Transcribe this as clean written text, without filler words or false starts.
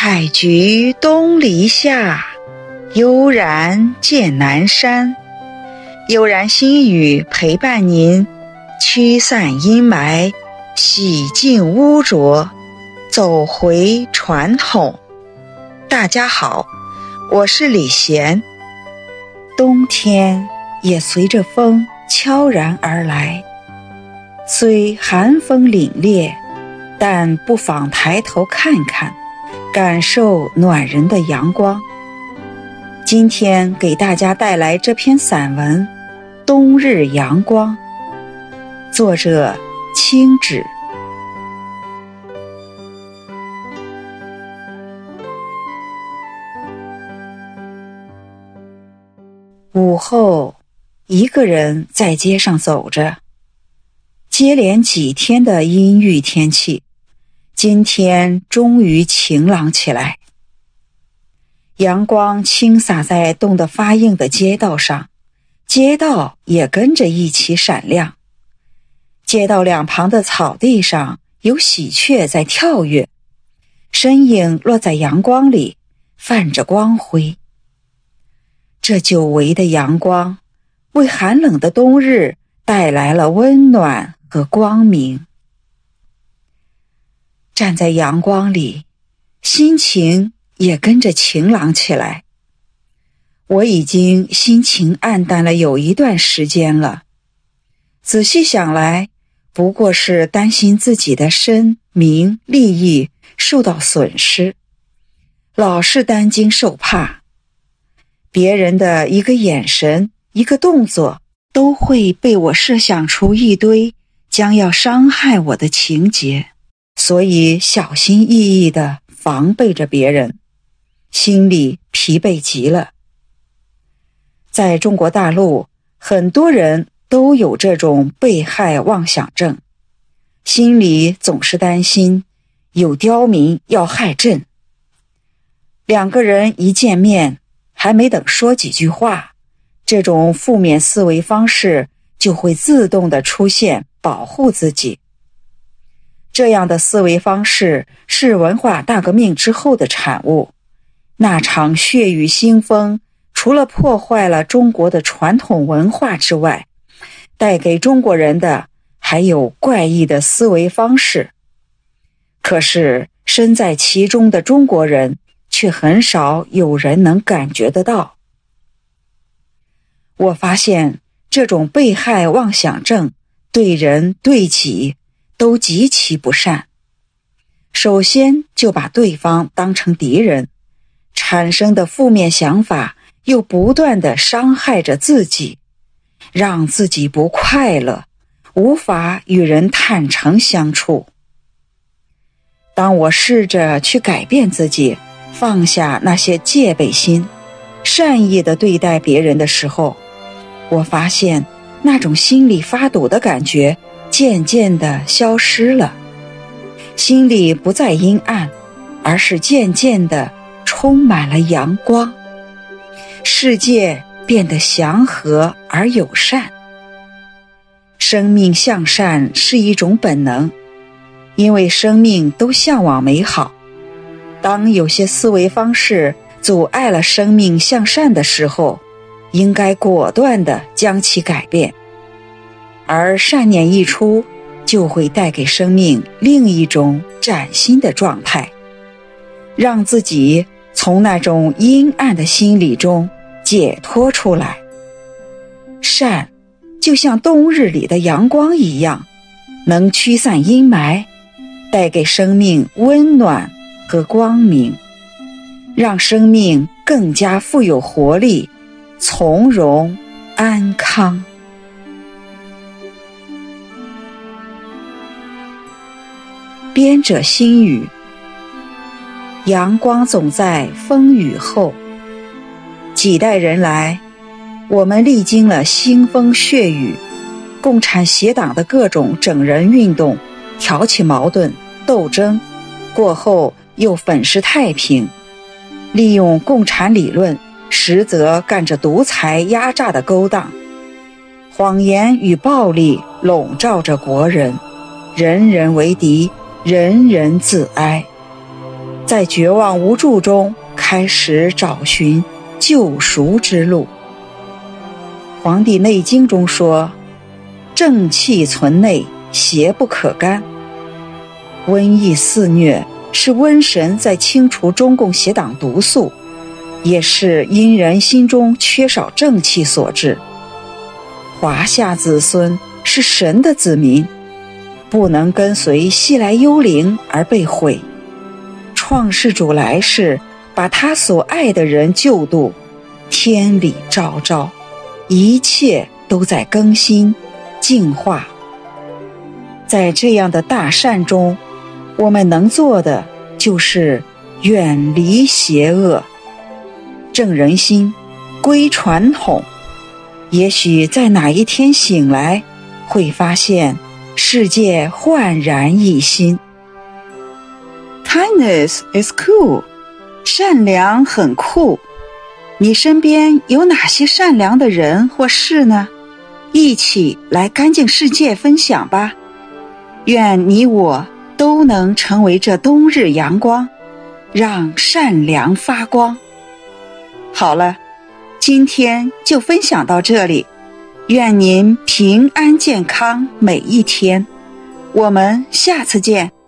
采菊东篱下，悠然见南山。悠然心语陪伴您，驱散阴霾，洗净污浊，走回传统。大家好，我是李贤。冬天也随着风悄然而来，虽寒风凛冽，但不妨抬头看看，感受暖人的阳光。今天给大家带来这篇散文《冬日阳光》，作者清芷。午后，一个人在街上走着，接连几天的阴郁天气，今天终于晴朗起来。阳光倾洒在冻得发硬的街道上，街道也跟着一起闪亮。街道两旁的草地上有喜鹊在跳跃，身影落在阳光里，泛着光辉。这久违的阳光为寒冷的冬日带来了温暖和光明。站在阳光里，心情也跟着晴朗起来。我已经心情暗淡了有一段时间了，仔细想来，不过是担心自己的身名利益受到损失，老是担惊受怕。别人的一个眼神，一个动作，都会被我设想出一堆将要伤害我的情节，所以小心翼翼地防备着别人，心里疲惫极了。在中国大陆，很多人都有这种被害妄想症，心里总是担心有刁民要害朕。两个人一见面，还没等说几句话，这种负面思维方式就会自动地出现，保护自己。这样的思维方式是文化大革命之后的产物。那场血雨腥风，除了破坏了中国的传统文化之外，带给中国人的还有怪异的思维方式。可是身在其中的中国人却很少有人能感觉得到。我发现这种被害妄想症对人对己都极其不善。首先就把对方当成敌人，产生的负面想法又不断地伤害着自己，让自己不快乐，无法与人坦诚相处。当我试着去改变自己，放下那些戒备心，善意地对待别人的时候，我发现那种心里发堵的感觉渐渐地消失了，心里不再阴暗，而是渐渐地充满了阳光，世界变得祥和而友善。生命向善是一种本能，因为生命都向往美好。当有些思维方式阻碍了生命向善的时候，应该果断地将其改变。而善念一出，就会带给生命另一种崭新的状态，让自己从那种阴暗的心理中解脱出来。善就像冬日里的阳光一样，能驱散阴霾，带给生命温暖和光明，让生命更加富有活力，从容安康。编者心语：阳光总在风雨后。几代人来，我们历经了腥风血雨，共产协党的各种整人运动，挑起矛盾斗争，过后又粉饰太平，利用共产理论，实则干着独裁压榨的勾当。谎言与暴力笼罩着国人，人人为敌，人人自哀。 在绝望无助中开始找寻救赎之路。《黄帝内经》中说，正气存内，邪不可干。瘟疫肆虐，是瘟神在清除中共邪党毒素，也是因人心中缺少正气所致。华夏子孙是神的子民，不能跟随西来幽灵而被毁。创世主来世，把他所爱的人救度，天理昭昭，一切都在更新净化。在这样的大善中，我们能做的就是远离邪恶，正人心，归传统。也许在哪一天醒来，会发现世界焕然一新。 Kindness is cool， 善良很酷。你身边有哪些善良的人或事呢？一起来干净世界分享吧。愿你我都能成为这冬日阳光，让善良发光。好了，今天就分享到这里，愿您平安健康每一天。我们下次见。